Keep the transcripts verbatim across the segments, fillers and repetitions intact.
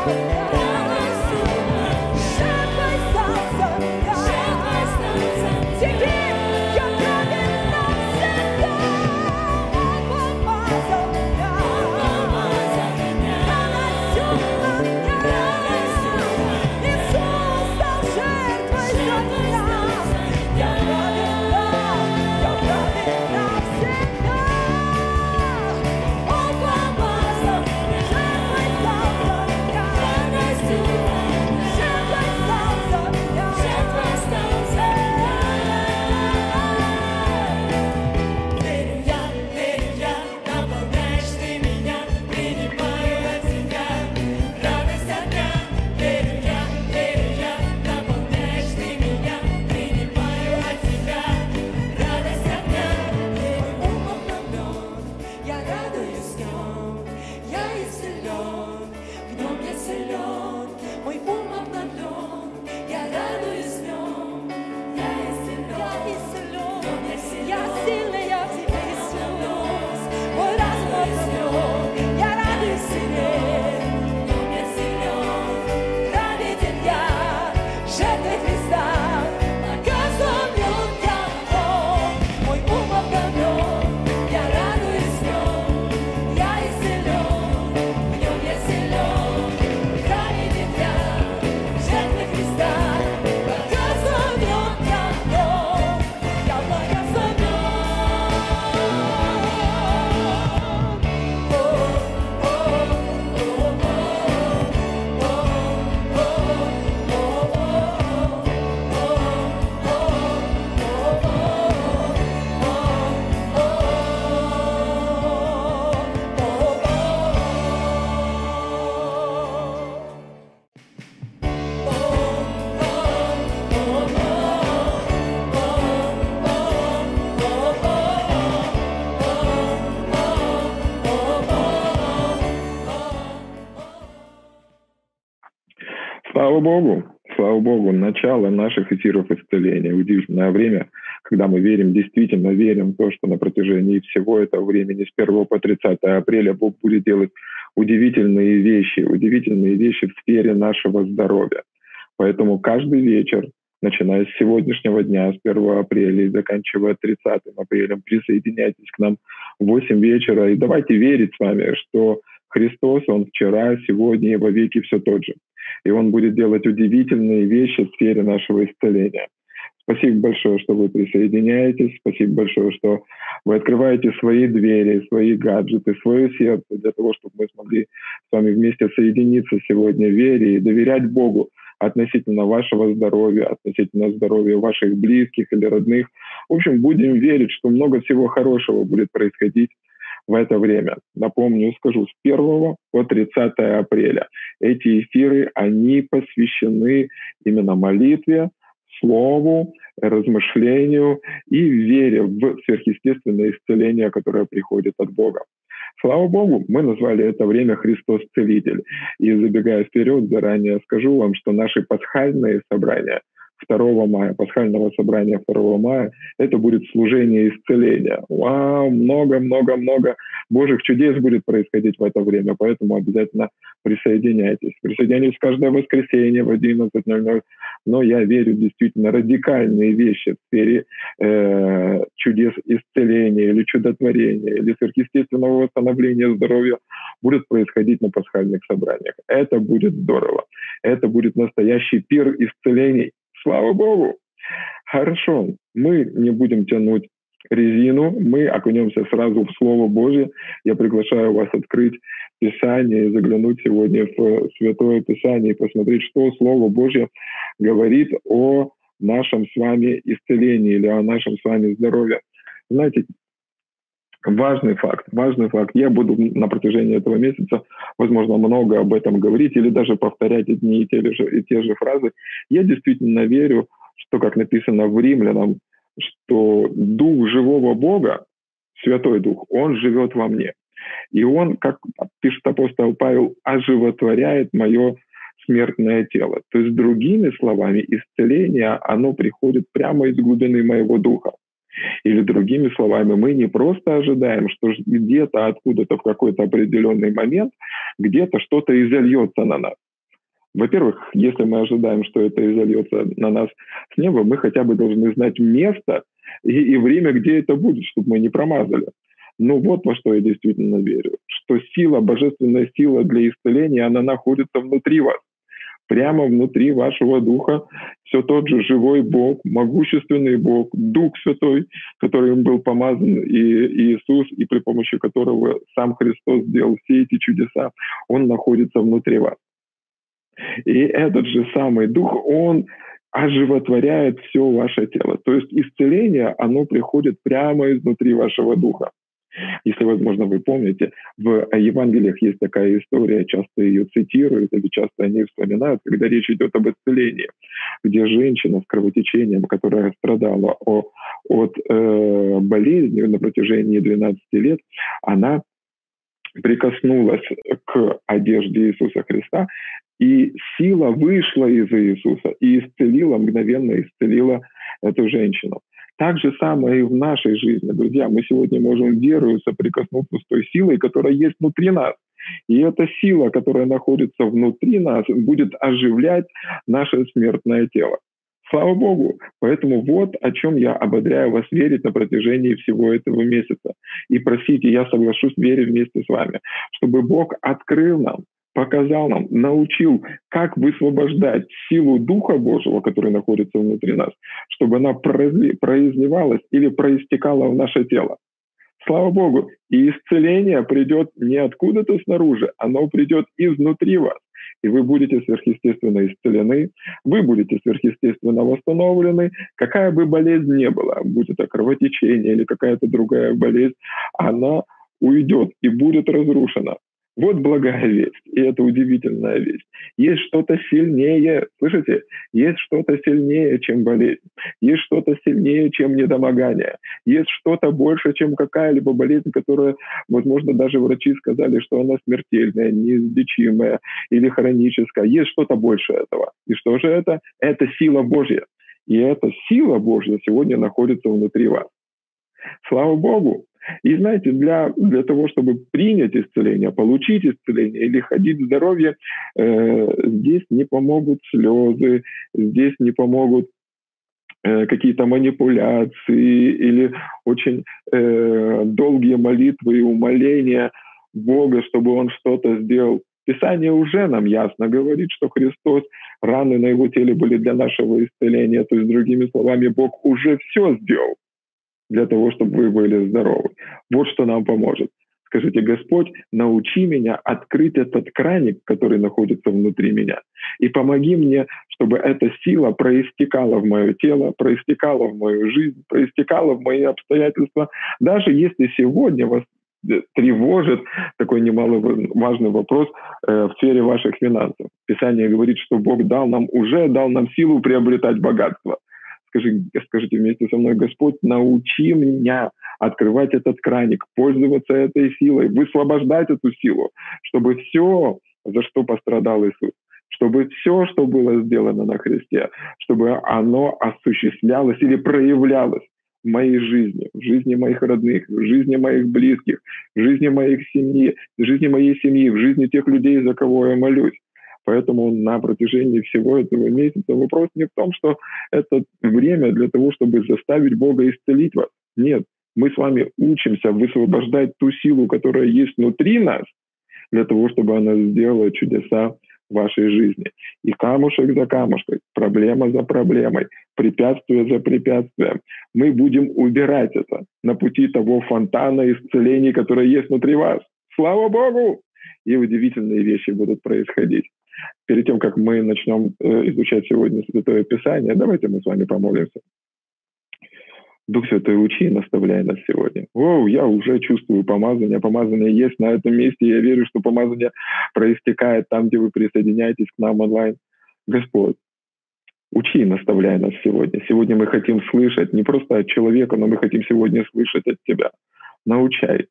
Слава Богу, слава Богу, начало наших эфиров исцеления. Удивительное время, когда мы верим, действительно верим в то, что на протяжении всего этого времени, с первого по тридцатое апреля, Бог будет делать удивительные вещи, удивительные вещи в сфере нашего здоровья. Поэтому каждый вечер, начиная с сегодняшнего дня, с первого апреля и заканчивая тридцатым апреля, присоединяйтесь к нам в восемь вечера. И давайте верить с вами, что Христос, Он вчера, сегодня и во веки все тот же. И Он будет делать удивительные вещи в сфере нашего исцеления. Спасибо большое, что вы присоединяетесь. Спасибо большое, что вы открываете свои двери, свои гаджеты, свое сердце для того, чтобы мы смогли с вами вместе соединиться сегодня в вере и доверять Богу относительно вашего здоровья, относительно здоровья ваших близких или родных. В общем, будем верить, что много всего хорошего будет происходить в это время. Напомню, скажу, с первого по тридцатое апреля. Эти эфиры, они посвящены именно молитве, слову, размышлению и вере в сверхъестественное исцеление, которое приходит от Бога. Слава Богу, мы назвали это время «Христос Целитель». И забегая вперед, заранее скажу вам, что наши пасхальные собрания второго мая, пасхального собрания второго мая, это будет служение исцеления. Вау, много-много-много Божьих чудес будет происходить в это время, поэтому обязательно присоединяйтесь. Присоединяйтесь каждое воскресенье в одиннадцать ноль ноль, но я верю в действительно радикальные вещи в сфере э, чудес исцеления или чудотворения, или сверхъестественного восстановления здоровья будут происходить на пасхальных собраниях. Это будет здорово. Это будет настоящий пир исцелений. Слава Богу! Хорошо, мы не будем тянуть резину, мы окунемся сразу в Слово Божье. Я приглашаю вас открыть Писание и заглянуть сегодня в Святое Писание и посмотреть, что Слово Божье говорит о нашем с вами исцелении или о нашем с вами здоровье. Знаете, важный факт, важный факт. Я буду на протяжении этого месяца, возможно, много об этом говорить или даже повторять одни и те, же, и те же фразы. Я действительно верю, что, как написано в Римлянам, что Дух живого Бога, Святой Дух, Он живет во мне. И Он, как пишет апостол Павел, оживотворяет мое смертное тело. То есть, другими словами, исцеление, оно приходит прямо из глубины моего духа. Или другими словами, мы не просто ожидаем, что где-то, откуда-то в какой-то определенный момент где-то что-то изольется на нас. Во-первых, если мы ожидаем, что это изольется на нас с неба, мы хотя бы должны знать место и, и время, где это будет, чтобы мы не промазали. Но вот во что я действительно верю, что сила, божественная сила для исцеления, она находится внутри вас. Прямо внутри вашего духа все тот же живой Бог, могущественный Бог, Дух Святой, который им был помазан, и Иисус, и при помощи которого сам Христос сделал все эти чудеса, Он находится внутри вас. И этот же самый Дух, Он оживотворяет все ваше тело. То есть исцеление, оно приходит прямо изнутри вашего духа. Если, возможно, вы помните, в Евангелиях есть такая история, часто ее цитируют или часто они вспоминают, когда речь идет об исцелении, где женщина с кровотечением, которая страдала о, от э, болезни на протяжении двенадцати лет, она прикоснулась к одежде Иисуса Христа, и сила вышла из Иисуса и исцелила, мгновенно исцелила эту женщину. Так же самое и в нашей жизни, друзья. Мы сегодня можем верою соприкоснуться с той силой, которая есть внутри нас. И эта сила, которая находится внутри нас, будет оживлять наше смертное тело. Слава Богу! Поэтому вот о чем я ободряю вас верить на протяжении всего этого месяца. И просите, я соглашусь верить вместе с вами, чтобы Бог открыл нам, показал нам, научил, как высвобождать силу Духа Божьего, который находится внутри нас, чтобы она произливалась или проистекала в наше тело. Слава Богу! И исцеление придет не откуда-то снаружи, оно придет изнутри вас. И вы будете сверхъестественно исцелены, вы будете сверхъестественно восстановлены, какая бы болезнь ни была, будь это кровотечение или какая-то другая болезнь, она уйдет и будет разрушена. Вот благая весть, и это удивительная весть. Есть что-то сильнее, слышите? Есть что-то сильнее, чем болезнь. Есть что-то сильнее, чем недомогание. Есть что-то больше, чем какая-либо болезнь, которая, возможно, даже врачи сказали, что она смертельная, неизлечимая или хроническая. Есть что-то больше этого. И что же это? Это сила Божья. И эта сила Божья сегодня находится внутри вас. Слава Богу! И знаете, для, для того, чтобы принять исцеление, получить исцеление или ходить в здоровье, э, здесь не помогут слезы, здесь не помогут э, какие-то манипуляции или очень э, долгие молитвы и умоления Бога, чтобы Он что-то сделал. Писание уже нам ясно говорит, что Христос, раны на Его теле были для нашего исцеления. То есть, другими словами, Бог уже все сделал для того, чтобы вы были здоровы. Вот что нам поможет. Скажите: Господь, научи меня открыть этот краник, который находится внутри меня, и помоги мне, чтобы эта сила проистекала в мое тело, проистекала в мою жизнь, проистекала в мои обстоятельства. Даже если сегодня вас тревожит такой немаловажный вопрос э, в сфере ваших финансов. Писание говорит, что Бог дал нам, уже дал нам силу приобретать богатство. Скажи, скажите вместе со мной: Господь, научи меня открывать этот краник, пользоваться этой силой, высвобождать эту силу, чтобы все, за что пострадал Иисус, чтобы все, что было сделано на кресте, чтобы оно осуществлялось или проявлялось в моей жизни, в жизни моих родных, в жизни моих близких, в жизни моих семьи, в жизни моей семьи, в жизни тех людей, за кого я молюсь. Поэтому на протяжении всего этого месяца вопрос не в том, что это время для того, чтобы заставить Бога исцелить вас. Нет, мы с вами учимся высвобождать ту силу, которая есть внутри нас, для того, чтобы она сделала чудеса в вашей жизни. И камушек за камушкой, проблема за проблемой, препятствие за препятствием. Мы будем убирать это на пути того фонтана исцелений, который есть внутри вас. Слава Богу! И удивительные вещи будут происходить. Перед тем, как мы начнем э, изучать сегодня Святое Писание, давайте мы с вами помолимся. Дух Святой, учи и наставляй нас сегодня. О, я уже чувствую помазание. Помазание есть на этом месте. Я верю, что помазание проистекает там, где вы присоединяетесь к нам онлайн. Господь, учи и наставляй нас сегодня. Сегодня мы хотим слышать не просто от человека, но мы хотим сегодня слышать от Тебя. Научай.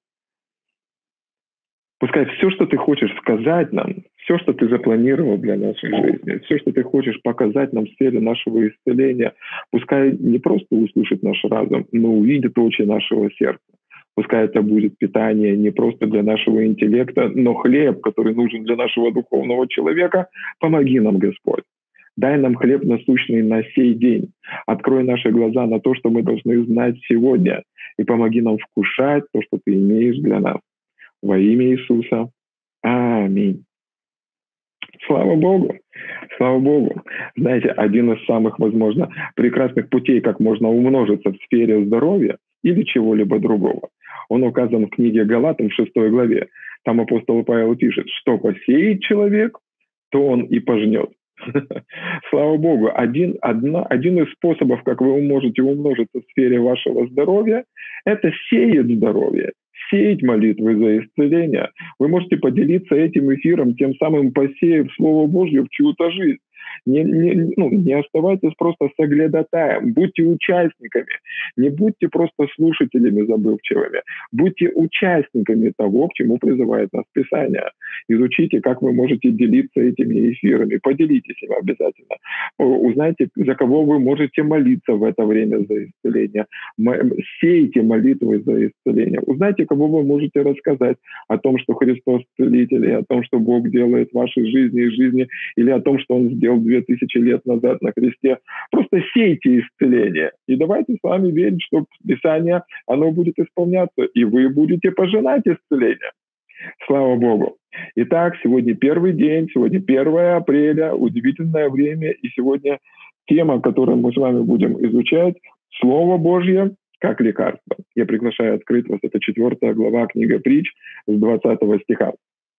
Пускай все, что Ты хочешь сказать нам, все, что Ты запланировал для нашей жизни, все, что Ты хочешь показать нам в сфере нашего исцеления, пускай не просто услышит наш разум, но увидит очи нашего сердца. Пускай это будет питание не просто для нашего интеллекта, но хлеб, который нужен для нашего духовного человека. Помоги нам, Господь. Дай нам хлеб насущный на сей день. Открой наши глаза на то, что мы должны знать сегодня. И помоги нам вкушать то, что Ты имеешь для нас. Во имя Иисуса. Аминь. Слава Богу! Слава Богу! Знаете, один из самых, возможно, прекрасных путей, как можно умножиться в сфере здоровья или чего-либо другого, он указан в книге Галатам в шестой главе. Там апостол Павел пишет, что посеет человек, то он и пожнет. Слава Богу, один, одна, один из способов, как вы можете умножиться в сфере вашего здоровья, это сеять здоровье, сеять молитвы за исцеление. Вы можете поделиться этим эфиром, тем самым посеяв Слово Божье в чью-то жизнь. Не, не, ну, не оставайтесь просто соглядатаем, будьте участниками, не будьте просто слушателями забывчивыми, будьте участниками того, к чему призывает нас Писание. Изучите, как вы можете делиться этими эфирами, поделитесь им обязательно. Узнайте, за кого вы можете молиться в это время за исцеление. Сейте молитвы за исцеление. Узнайте, кого вы можете рассказать о том, что Христос целитель, и о том, что Бог делает в вашей жизни и жизни, или о том, что Он сделал две тысячи лет назад на кресте. Просто сейте исцеление. И давайте с вами верить, что Писание, оно будет исполняться, и вы будете пожинать исцеление. Слава Богу. Итак, сегодня первый день, сегодня первое апреля, удивительное время, и сегодня тема, которую мы с вами будем изучать, Слово Божье как лекарство. Я приглашаю открыть вас, это четвертая глава книги Притч с двадцатого стиха.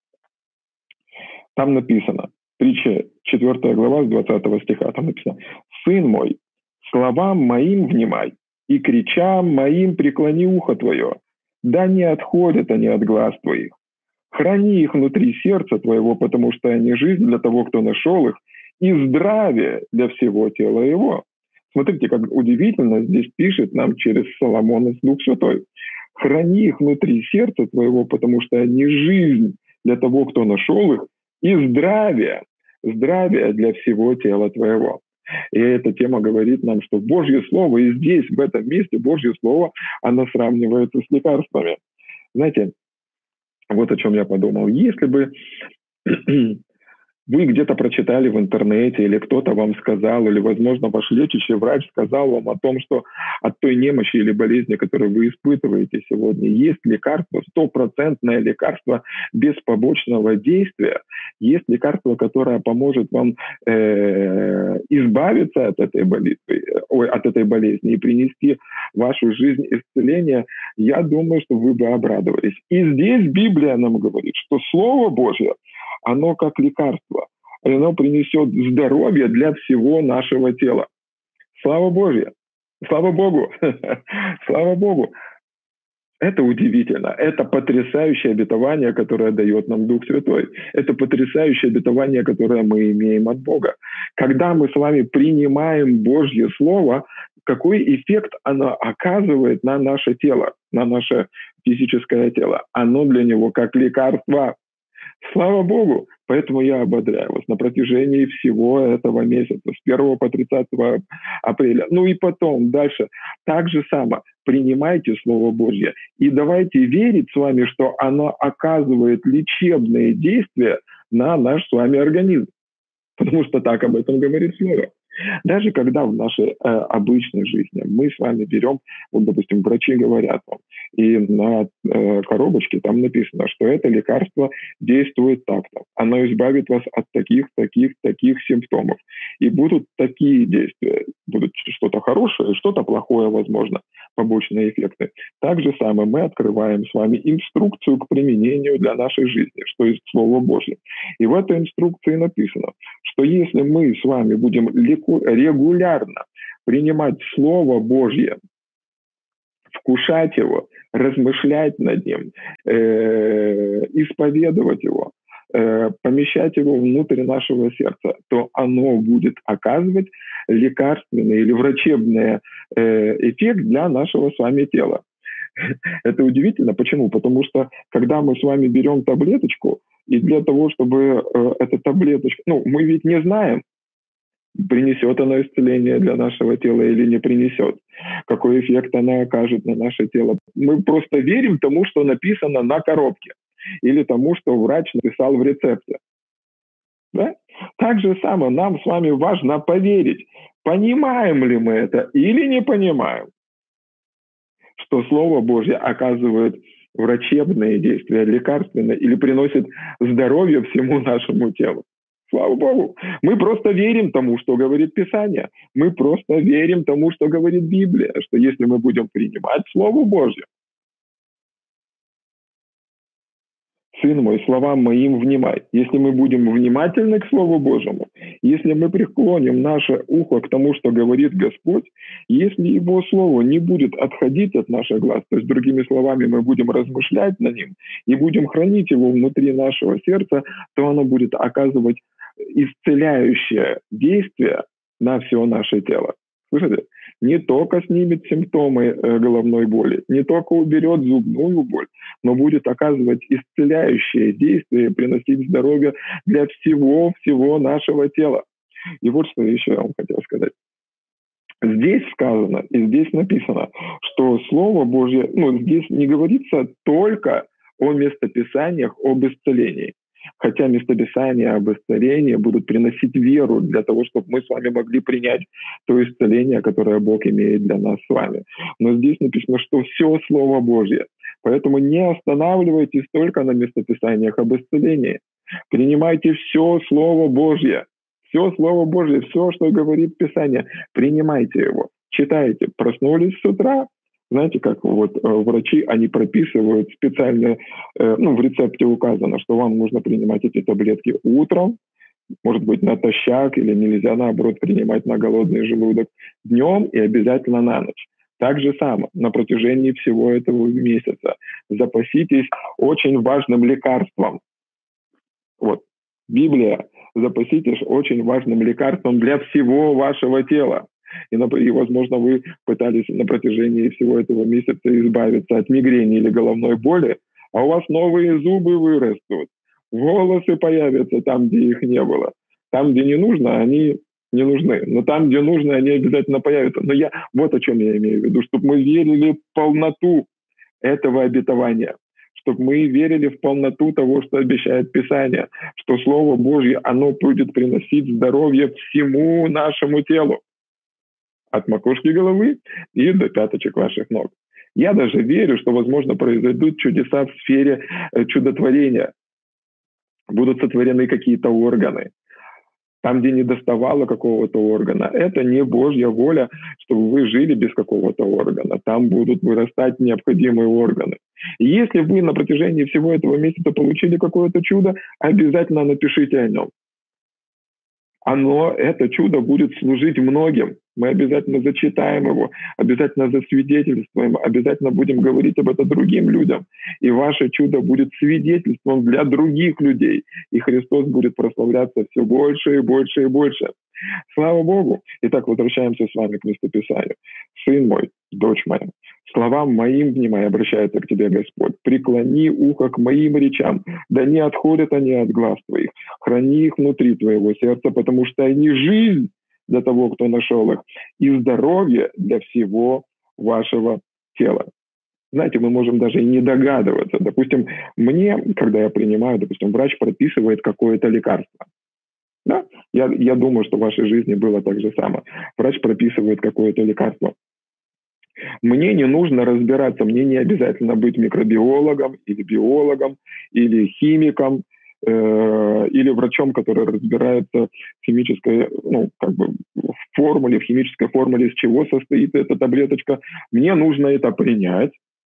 Там написано, Притча четвертая глава с двадцатого стиха, там написано, «Сын мой, словам моим внимай, и кричам моим преклони ухо твое, да не отходят они от глаз твоих. Храни их внутри сердца твоего, потому что они жизнь для того, кто нашел их, и здравие для всего тела его». Смотрите, как удивительно здесь пишет нам через Соломона Дух Святой. «Храни их внутри сердца твоего, потому что они жизнь для того, кто нашел их, и здравие, здравие для всего тела твоего». И эта тема говорит нам, что Божье Слово, и здесь, в этом месте, Божье Слово, оно сравнивается с лекарствами. Знаете, вот о чем я подумал. Если бы вы где-то прочитали в интернете, или кто-то вам сказал, или, возможно, ваш лечащий врач сказал вам о том, что от той немощи или болезни, которую вы испытываете сегодня, есть лекарство, стопроцентное лекарство без побочного действия, есть лекарство, которое поможет вам э, избавиться от этой, болезни, ой, от этой болезни и принести в вашу жизнь исцеление, я думаю, что вы бы обрадовались. И здесь Библия нам говорит, что Слово Божье, оно как лекарство, оно принесет здоровье для всего нашего тела. Слава Божье! Слава Богу! Слава Богу! Это удивительно. Это потрясающее обетование, которое дает нам Дух Святой. Это потрясающее обетование, которое мы имеем от Бога. Когда мы с вами принимаем Божье Слово, какой эффект оно оказывает на наше тело, на наше физическое тело? Оно для него как лекарство. Слава Богу! Поэтому я ободряю вас на протяжении всего этого месяца, с первого по тридцатое апреля. Ну и потом, дальше, так же само, принимайте Слово Божье и давайте верить с вами, что оно оказывает лечебные действия на наш с вами организм. Потому что так об этом говорит Слово. Даже когда в нашей э, обычной жизни мы с вами берем, вот, допустим, врачи говорят вам, и на э, коробочке там написано, что это лекарство действует так-то. Оно избавит вас от таких, таких, таких симптомов. И будут такие действия. Будут что-то хорошее, что-то плохое, возможно, побочные эффекты. Так же самое мы открываем с вами инструкцию к применению для нашей жизни, что есть Слово Божье. И в этой инструкции написано, что если мы с вами будем регулярно принимать Слово Божье, вкушать его, размышлять над ним, э, исповедовать его, э, помещать его внутрь нашего сердца, то оно будет оказывать лекарственный или врачебный э, эффект для нашего с вами тела. Это удивительно. Почему? Потому что, когда мы с вами берем таблеточку, и для того, чтобы э, эта таблеточка... Ну, мы ведь не знаем, принесет она исцеление для нашего тела или не принесет, какой эффект она окажет на наше тело. Мы просто верим тому, что написано на коробке, или тому, что врач написал в рецепте. Да? Так же самое нам с вами важно поверить, понимаем ли мы это или не понимаем, что Слово Божье оказывает врачебные действия, лекарственные, или приносит здоровье всему нашему телу. Слава Богу. Мы просто верим тому, что говорит Писание. Мы просто верим тому, что говорит Библия, что если мы будем принимать Слово Божье, сын мой, словам моим внимай. Если мы будем внимательны к Слову Божьему, если мы преклоним наше ухо к тому, что говорит Господь, если Его Слово не будет отходить от наших глаз, то есть, другими словами, мы будем размышлять на ним и будем хранить его внутри нашего сердца, то оно будет оказывать исцеляющее действие на все наше тело. Слышите? Не только снимет симптомы э, головной боли, не только уберет зубную боль, но будет оказывать исцеляющее действие, приносить здоровье для всего-всего нашего тела. И вот что еще я вам хотел сказать. Здесь сказано и здесь написано, что Слово Божье, ну, здесь не говорится только о местописаниях об исцелении. Хотя местописания об исцелении будут приносить веру для того, чтобы мы с вами могли принять то исцеление, которое Бог имеет для нас с вами. Но здесь написано, что все Слово Божье. Поэтому не останавливайтесь только на местописаниях об исцелении. Принимайте все Слово Божье. Все Слово Божье, все, что говорит Писание, принимайте его. Читайте. Проснулись с утра. Знаете, как вот э, врачи, они прописывают специально, э, ну, в рецепте указано, что вам нужно принимать эти таблетки утром, может быть, натощак, или нельзя, наоборот, принимать на голодный желудок днем и обязательно на ночь. Так же самое на протяжении всего этого месяца. Запаситесь очень важным лекарством. Вот, Библия, запаситесь очень важным лекарством для всего вашего тела. И, и, возможно, вы пытались на протяжении всего этого месяца избавиться от мигрени или головной боли, а у вас новые зубы вырастут, волосы появятся там, где их не было. Там, где не нужно, они не нужны. Но там, где нужно, они обязательно появятся. Но я вот о чем я имею в виду, чтобы мы верили в полноту этого обетования, чтобы мы верили в полноту того, что обещает Писание, что Слово Божье, оно будет приносить здоровье всему нашему телу. От макушки головы и до пяточек ваших ног. Я даже верю, что, возможно, произойдут чудеса в сфере чудотворения. Будут сотворены какие-то органы. Там, где не доставало какого-то органа, это не Божья воля, чтобы вы жили без какого-то органа. Там будут вырастать необходимые органы. И если вы на протяжении всего этого месяца получили какое-то чудо, обязательно напишите о нем. Оно, это чудо будет служить многим. Мы обязательно зачитаем его, обязательно засвидетельствуем, обязательно будем говорить об этом другим людям. И ваше чудо будет свидетельством для других людей. И Христос будет прославляться все больше и больше и больше. Слава Богу! Итак, возвращаемся с вами к местописанию. «Сын мой, дочь моя, словам моим внимай, обращается к тебе Господь. Преклони ухо к моим речам, да не отходят они от глаз твоих. Храни их внутри твоего сердца, потому что они жизнь для того, кто нашел их, и здоровье для всего вашего тела». Знаете, мы можем даже и не догадываться. Допустим, мне, когда я принимаю, допустим, врач прописывает какое-то лекарство. Да? Я, я думаю, что в вашей жизни было так же самое. Врач прописывает какое-то лекарство. Мне не нужно разбираться, мне не обязательно быть микробиологом или биологом, или химиком, э, или врачом, который разбирается в химической, ну, как бы в формуле, в химической формуле, из чего состоит эта таблеточка. Мне нужно это принять,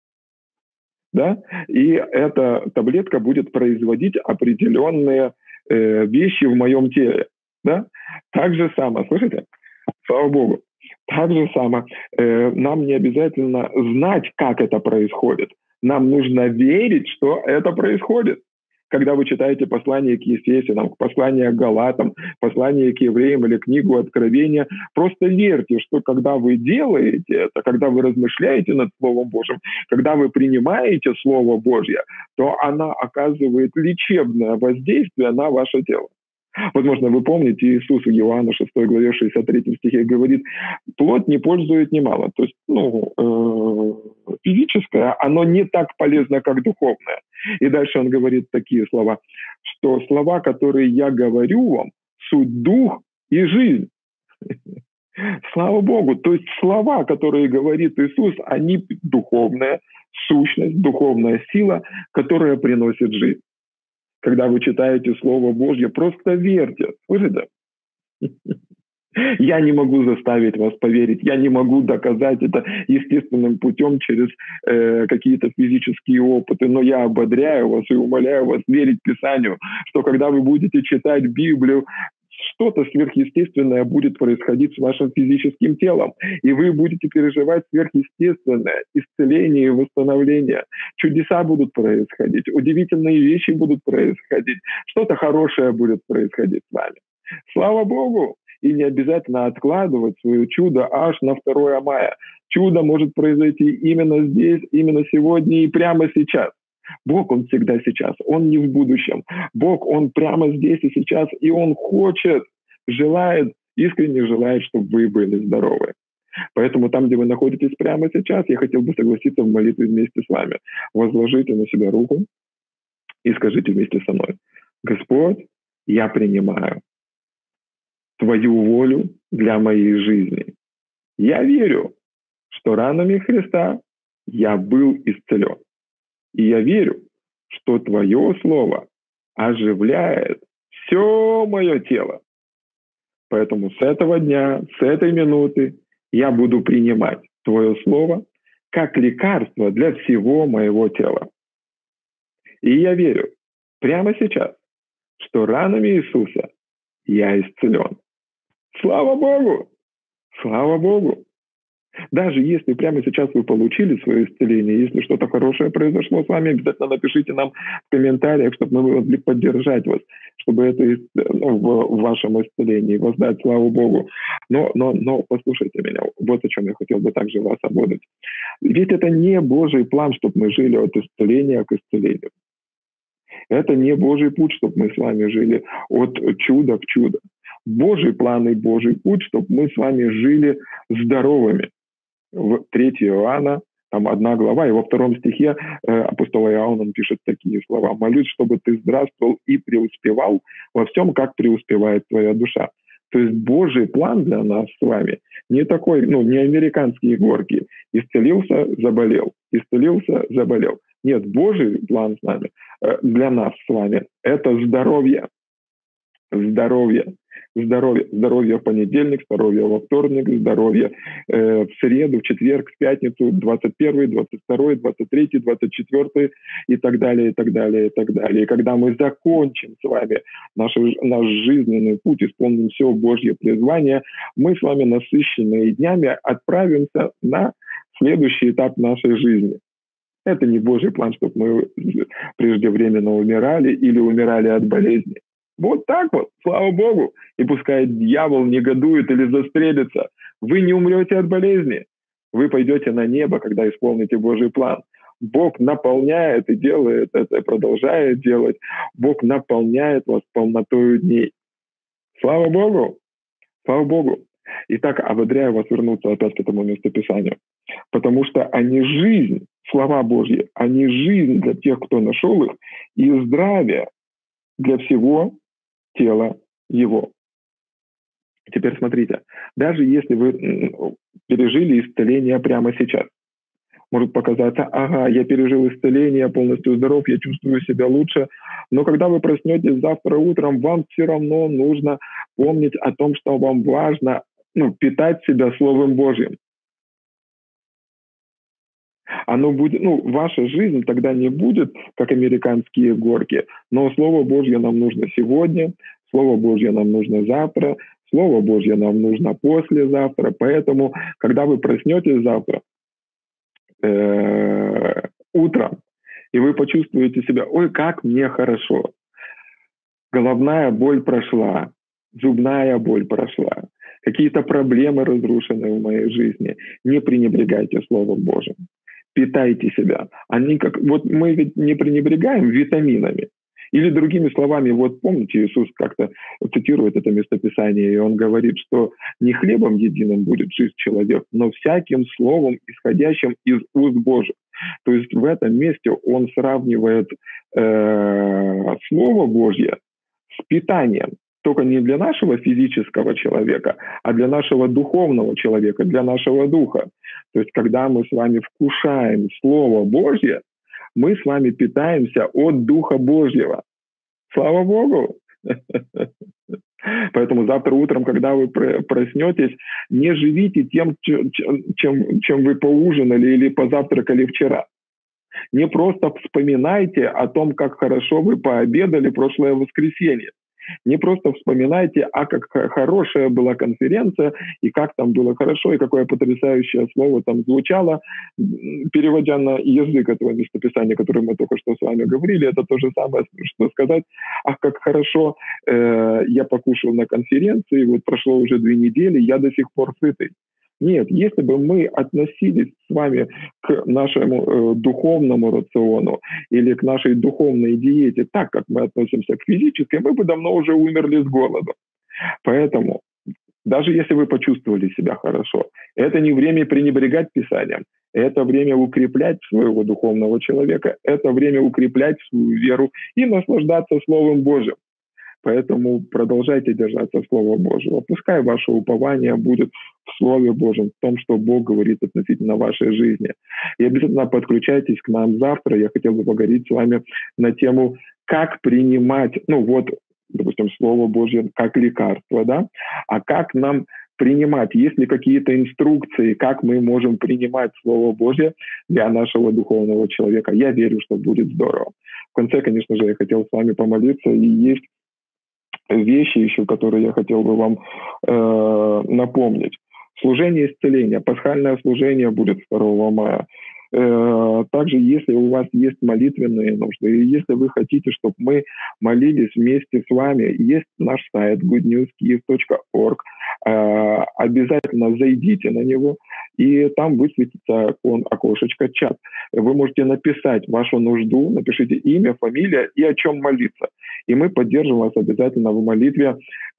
да, и эта таблетка будет производить определенные э, вещи в моем теле, да. Так же самое, слышите? Слава Богу. Так же самое, э, нам не обязательно знать, как это происходит. Нам нужно верить, что это происходит. Когда вы читаете послание к Ефесянам, послание к Галатам, послание к евреям или книгу Откровения, просто верьте, что когда вы делаете это, когда вы размышляете над Словом Божьим, когда вы принимаете Слово Божье, то она оказывает лечебное воздействие на ваше тело. Возможно, вы помните, Иисус в Иоанна шестой главе шестьдесят третьем стихе говорит, плоть не пользует немало. То есть ну, э, физическое, оно не так полезно, как духовное. И дальше он говорит такие слова, что слова, которые я говорю вам, суть дух и жизнь. Слава Богу. То есть слова, которые говорит Иисус, они духовная сущность, духовная сила, которая приносит жизнь. Когда вы читаете Слово Божье, просто верьте. Слышите? Я не могу заставить вас поверить, я не могу доказать это естественным путем через э, какие-то физические опыты, но я ободряю вас и умоляю вас верить Писанию, что когда вы будете читать Библию, что-то сверхъестественное будет происходить с вашим физическим телом, и вы будете переживать сверхъестественное исцеление и восстановление. Чудеса будут происходить, удивительные вещи будут происходить, что-то хорошее будет происходить с вами. Слава Богу! И не обязательно откладывать свое чудо аж на второе мая. Чудо может произойти именно здесь, именно сегодня и прямо сейчас. Бог, Он всегда сейчас, Он не в будущем. Бог, Он прямо здесь и сейчас, и Он хочет, желает, искренне желает, чтобы вы были здоровы. Поэтому там, где вы находитесь прямо сейчас, я хотел бы согласиться в молитве вместе с вами. Возложите на себя руку и скажите вместе со мной: Господь, я принимаю Твою волю для моей жизни. Я верю, что ранами Христа я был исцелен. И я верю, что Твое Слово оживляет все мое тело. Поэтому с этого дня, с этой минуты я буду принимать Твое Слово как лекарство для всего моего тела. И я верю прямо сейчас, что ранами Иисуса я исцелен. Слава Богу! Слава Богу! Даже если прямо сейчас вы получили свое исцеление, если что-то хорошее произошло с вами, обязательно напишите нам в комментариях, чтобы мы могли поддержать вас, чтобы это ну, в, в вашем исцелении воздать славу Богу. Но, но, но послушайте меня, вот о чем я хотел бы также вас ободрить. Ведь это не Божий план, чтобы мы жили от исцеления к исцелению. Это не Божий путь, чтобы мы с вами жили от чуда к чуду. Божий план и Божий путь, чтобы мы с вами жили здоровыми. В третьего Иоанна, там одна глава, и во втором стихе э, апостол Иоанн он пишет такие слова: «Молюсь, чтобы ты здравствовал и преуспевал во всем, как преуспевает твоя душа». То есть Божий план для нас с вами не такой, ну, не американские горки. Исцелился, заболел, исцелился, заболел. Нет, Божий план с нами, э, для нас с вами – это здоровье. Здоровье. Здоровье. Здоровье в понедельник, здоровье во вторник, здоровье э, в среду, в четверг, в пятницу, двадцать первый, двадцать второй, двадцать третий, двадцать четвёртый и так далее, и так далее, и так далее. И когда мы закончим с вами наш, наш жизненный путь, исполним все Божье призвание, мы с вами, насыщенные днями, отправимся на следующий этап нашей жизни. Это не Божий план, чтобы мы преждевременно умирали или умирали от болезни. Вот так вот, слава Богу. И пускай дьявол негодует или застрелится, вы не умрете от болезни. Вы пойдете на небо, когда исполните Божий план. Бог наполняет и делает это, и продолжает делать. Бог наполняет вас полнотою дней. Слава Богу! Слава Богу! Итак, ободряю вас вернуться опять к этому местописанию. Потому что они жизнь, слова Божьи, они жизнь для тех, кто нашел их, и здравие для всего тела его. Теперь смотрите, даже если вы пережили исцеление прямо сейчас, может показаться: ага, я пережил исцеление, я полностью здоров, я чувствую себя лучше, но когда вы проснетесь завтра утром, вам все равно нужно помнить о том, что вам важно, ну, питать себя Словом Божьим. Оно будет, ну, ваша жизнь тогда не будет, как американские горки, но Слово Божье нам нужно сегодня, Слово Божье нам нужно завтра, Слово Божье нам нужно послезавтра. Поэтому, когда вы проснетесь завтра э, утром, и вы почувствуете себя: ой, как мне хорошо, головная боль прошла, зубная боль прошла, какие-то проблемы разрушены в моей жизни, не пренебрегайте Словом Божьим. Питайте себя. Они как, вот мы ведь не пренебрегаем витаминами. Или другими словами, вот помните, Иисус как-то цитирует это местописание, и он говорит, что не хлебом единым будет жить человек, но всяким словом, исходящим из уст Божьих. То есть в этом месте он сравнивает э, Слово Божье с питанием. Только не для нашего физического человека, а для нашего духовного человека, для нашего духа. То есть когда мы с вами вкушаем Слово Божье, мы с вами питаемся от Духа Божьего. Слава Богу! Поэтому завтра утром, когда вы проснетесь, не живите тем, чем, чем вы поужинали или позавтракали вчера. Не просто вспоминайте о том, как хорошо вы пообедали прошлое воскресенье. Не просто вспоминайте, а как хорошая была конференция, и как там было хорошо, и какое потрясающее слово там звучало, переводя на язык этого местописания, которое мы только что с вами говорили, это то же самое, что сказать, ах, как хорошо э, я покушал на конференции, вот прошло уже две недели, я до сих пор сытый. Нет, если бы мы относились с вами к нашему э, духовному рациону или к нашей духовной диете так, как мы относимся к физической, мы бы давно уже умерли с голоду. Поэтому, даже если вы почувствовали себя хорошо, это не время пренебрегать Писанием, это время укреплять своего духовного человека, это время укреплять свою веру и наслаждаться Словом Божьим. Поэтому продолжайте держаться Слова Божьего. Пускай ваше упование будет в Слове Божьем, в том, что Бог говорит относительно вашей жизни. И обязательно подключайтесь к нам завтра. Я хотел бы поговорить с вами на тему, как принимать, ну вот, допустим, Слово Божье как лекарство, да? А как нам принимать, есть ли какие-то инструкции, как мы можем принимать Слово Божье для нашего духовного человека. Я верю, что будет здорово. В конце, конечно же, я хотел с вами помолиться, и есть вещи еще, которые я хотел бы вам э, напомнить. Служение исцеления, пасхальное служение будет второго мая. Э, также, если у вас есть молитвенные нужды, и если вы хотите, чтобы мы молились вместе с вами, есть наш сайт good news kyiv точка org. Э, обязательно зайдите на него, и там высветится окошечко чат. Вы можете написать вашу нужду, напишите имя, фамилия и о чем молиться. И мы поддержим вас обязательно в молитве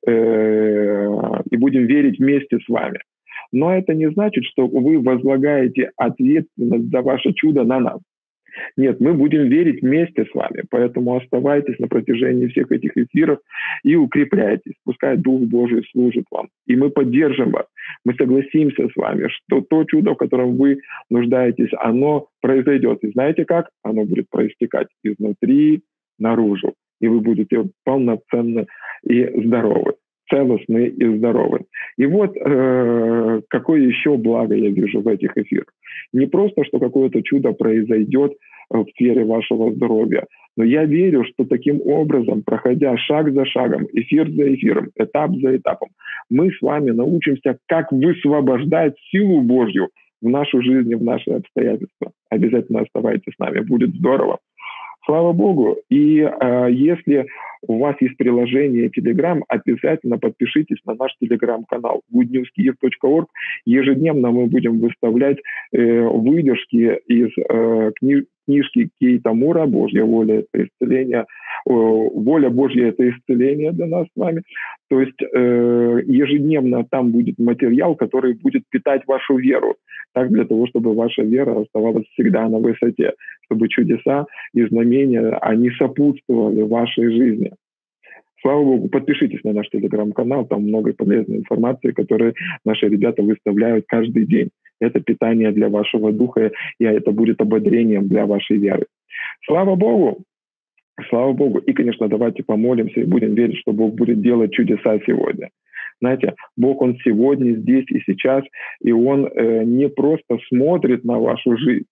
э, и будем верить вместе с вами. Но это не значит, что вы возлагаете ответственность за ваше чудо на нас. Нет, мы будем верить вместе с вами, поэтому оставайтесь на протяжении всех этих эфиров и укрепляйтесь. Пускай Дух Божий служит вам, и мы поддержим вас. Мы согласимся с вами, что то чудо, в котором вы нуждаетесь, оно произойдет. И знаете как? Оно будет проистекать изнутри наружу, и вы будете полноценны и здоровы, целостны и здоровы. И вот э, какое еще благо я вижу в этих эфирах. Не просто, что какое-то чудо произойдет в сфере вашего здоровья, но я верю, что таким образом, проходя шаг за шагом, эфир за эфиром, этап за этапом, мы с вами научимся, как высвобождать силу Божью в нашу жизнь и в наши обстоятельства. Обязательно оставайтесь с нами, будет здорово. Слава Богу. И э, если у вас есть приложение Telegram, обязательно подпишитесь на наш Telegram-канал good news kyiv точка org. Ежедневно мы будем выставлять э, выдержки из э, книж книжки Кейта Мура «Божья воля – это исцеление». «Воля Божья – это исцеление» для нас с вами. То есть э, ежедневно там будет материал, который будет питать вашу веру. Так, для того, чтобы ваша вера оставалась всегда на высоте, чтобы чудеса и знамения, они сопутствовали вашей жизни. Слава Богу, подпишитесь на наш телеграм-канал, там много полезной информации, которую наши ребята выставляют каждый день. Это питание для вашего духа, и это будет ободрением для вашей веры. Слава Богу! Слава Богу! И, конечно, давайте помолимся и будем верить, что Бог будет делать чудеса сегодня. Знаете, Бог, Он сегодня, здесь и сейчас, и Он э, не просто смотрит на вашу жизнь,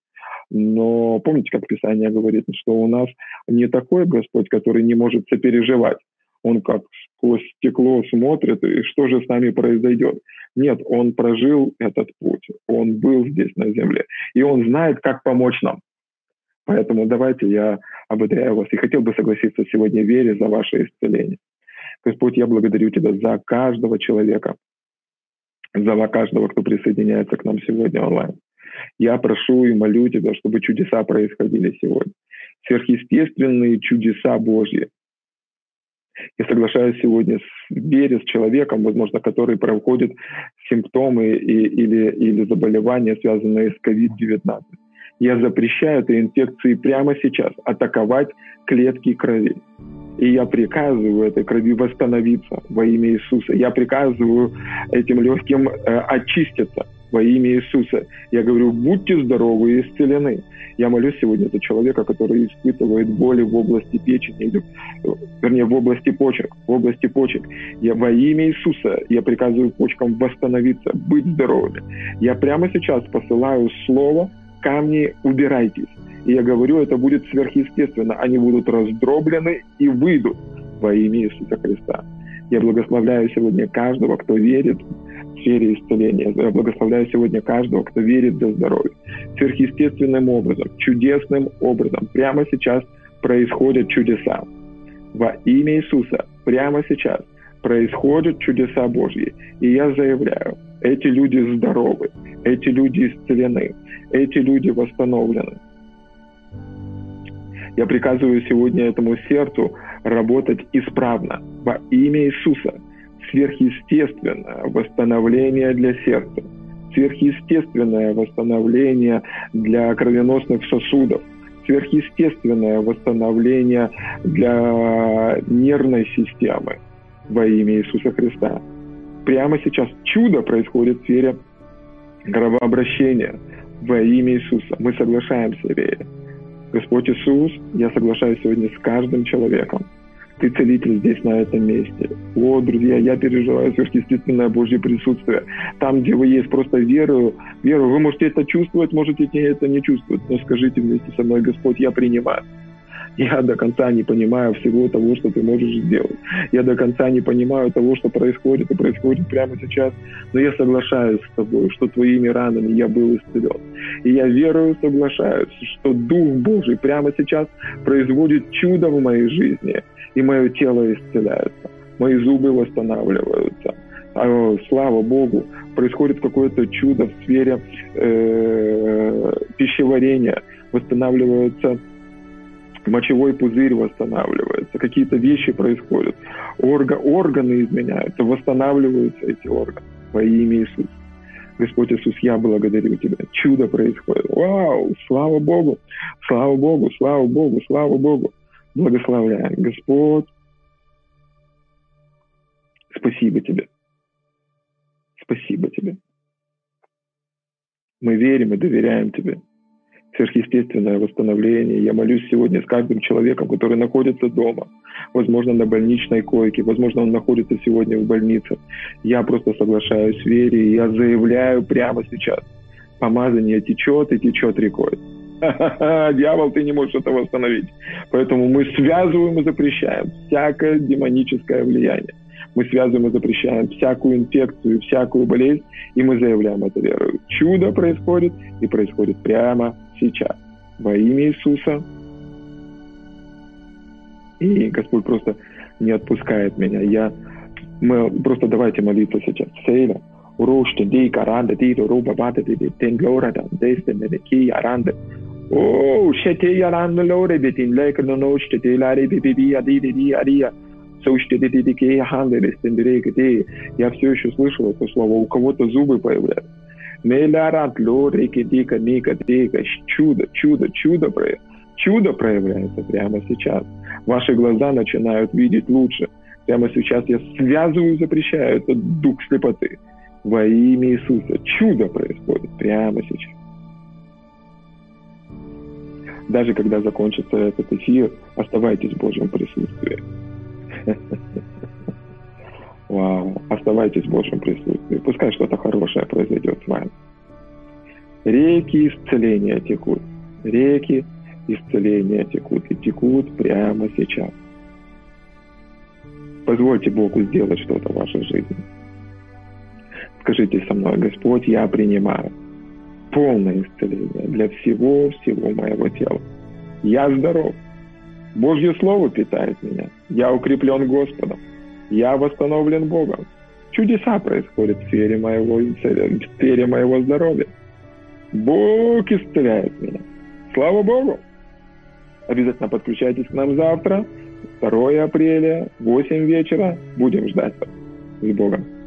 но помните, как Писание говорит, что у нас не такой Господь, который не может сопереживать. Он как сквозь стекло смотрит, и что же с нами произойдет. Нет, Он прожил этот путь, Он был здесь на земле, и Он знает, как помочь нам. Поэтому давайте я ободряю вас и хотел бы согласиться сегодня в вере за ваше исцеление. Господь, я благодарю Тебя за каждого человека, за каждого, кто присоединяется к нам сегодня онлайн. Я прошу и молю Тебя, чтобы чудеса происходили сегодня. сверхъестественные чудеса Божьи. Я соглашаюсь сегодня с вере, с человеком, возможно, который проходит симптомы и, или, или заболевания, связанные с ковид девятнадцать. Я запрещаю этой инфекции прямо сейчас атаковать клетки крови. И я приказываю этой крови восстановиться во имя Иисуса. Я приказываю этим легким э, очиститься во имя Иисуса. Я говорю, будьте здоровы и исцелены. Я молюсь сегодня за человека, который испытывает боли в области печени, или, вернее, в области почек, в области почек. Я во имя Иисуса, я приказываю почкам восстановиться, быть здоровыми. Я прямо сейчас посылаю слово: камни, убирайтесь. И я говорю, это будет сверхъестественно. Они будут раздроблены и выйдут во имя Иисуса Христа. Я благословляю сегодня каждого, кто верит в сфере исцеления. Я благословляю сегодня каждого, кто верит за здоровье. Сверхъестественным образом, чудесным образом прямо сейчас происходят чудеса. Во имя Иисуса прямо сейчас происходят чудеса Божьи. И я заявляю, эти люди здоровы, эти люди исцелены, эти люди восстановлены. Я приказываю сегодня этому сердцу работать исправно. Во имя Иисуса сверхъестественное восстановление для сердца, сверхъестественное восстановление для кровеносных сосудов, сверхъестественное восстановление для нервной системы во имя Иисуса Христа. Прямо сейчас чудо происходит в сфере кровообращения во имя Иисуса. Мы соглашаемся в вере. Господь Иисус, я соглашаюсь сегодня с каждым человеком. Ты целитель здесь, на этом месте. О, друзья, я переживаю сверхъестественное Божье присутствие. Там, где вы есть, просто верую, верую. Вы можете это чувствовать, можете это не чувствовать, но скажите вместе со мной: Господь, я принимаю. Я до конца не понимаю всего того, что ты можешь сделать. Я до конца не понимаю того, что происходит и происходит прямо сейчас. Но я соглашаюсь с тобой, что твоими ранами я был исцелен. И я верую, соглашаюсь, что Дух Божий прямо сейчас производит чудо в моей жизни. И мое тело исцеляется. Мои зубы восстанавливаются. А, слава Богу, происходит какое-то чудо в сфере э, пищеварения. Восстанавливается мочевой пузырь, восстанавливается, какие-то вещи происходят, Орга, органы изменяются, восстанавливаются эти органы во имя Иисуса. Господь Иисус, я благодарю Тебя. Чудо происходит. Вау! Слава Богу! Слава Богу! Слава Богу! Слава Богу! Благословляем. Господь, спасибо Тебе. Спасибо Тебе. Мы верим и доверяем Тебе. Сверхъестественное восстановление. Я молюсь сегодня с каждым человеком, который находится дома, возможно, на больничной койке, возможно, он находится сегодня в больнице. Я просто соглашаюсь в вере, и я заявляю прямо сейчас: помазание течет и течет рекой. Ха-ха-ха, дьявол, ты не можешь это восстановить. Поэтому мы связываем и запрещаем всякое демоническое влияние. Мы связываем и запрещаем всякую инфекцию, всякую болезнь, и мы заявляем это верою. Чудо происходит, и происходит прямо сейчас. Во имя Иисуса. И Господь просто не отпускает меня. Я, мы просто давайте молиться сейчас. Сейла. Уроште, дей, каранда, дей, руба, бата, дей, тенглорада, дейсте, медеки, аранда. О, шете, яранда, лоре, бетин, лека, но ночте, дей, лари, биби, ади, ди, адия. Я все еще слышал это слово. У кого-то зубы появляются. Чудо, чудо, чудо, чудо проявляется прямо сейчас. Ваши глаза начинают видеть лучше. Прямо сейчас я связываю и запрещаю этот дух слепоты. Во имя Иисуса. Чудо происходит прямо сейчас. Даже когда закончится этот эфир, оставайтесь в Божьем присутствии. Вау, оставайтесь в Божьем присутствии. Пускай что-то хорошее произойдет с вами. Реки исцеления текут. Реки исцеления текут. И текут прямо сейчас. Позвольте Богу сделать что-то в вашей жизни. Скажите со мной: Господь, я принимаю полное исцеление для всего-всего моего тела. Я здоров. Божье Слово питает меня. Я укреплен Господом. Я восстановлен Богом. Чудеса происходят в сфере моего, в сфере моего здоровья. Бог исцеляет меня. Слава Богу! Обязательно подключайтесь к нам завтра, второе апреля, восемь вечера. Будем ждать вас. С Богом.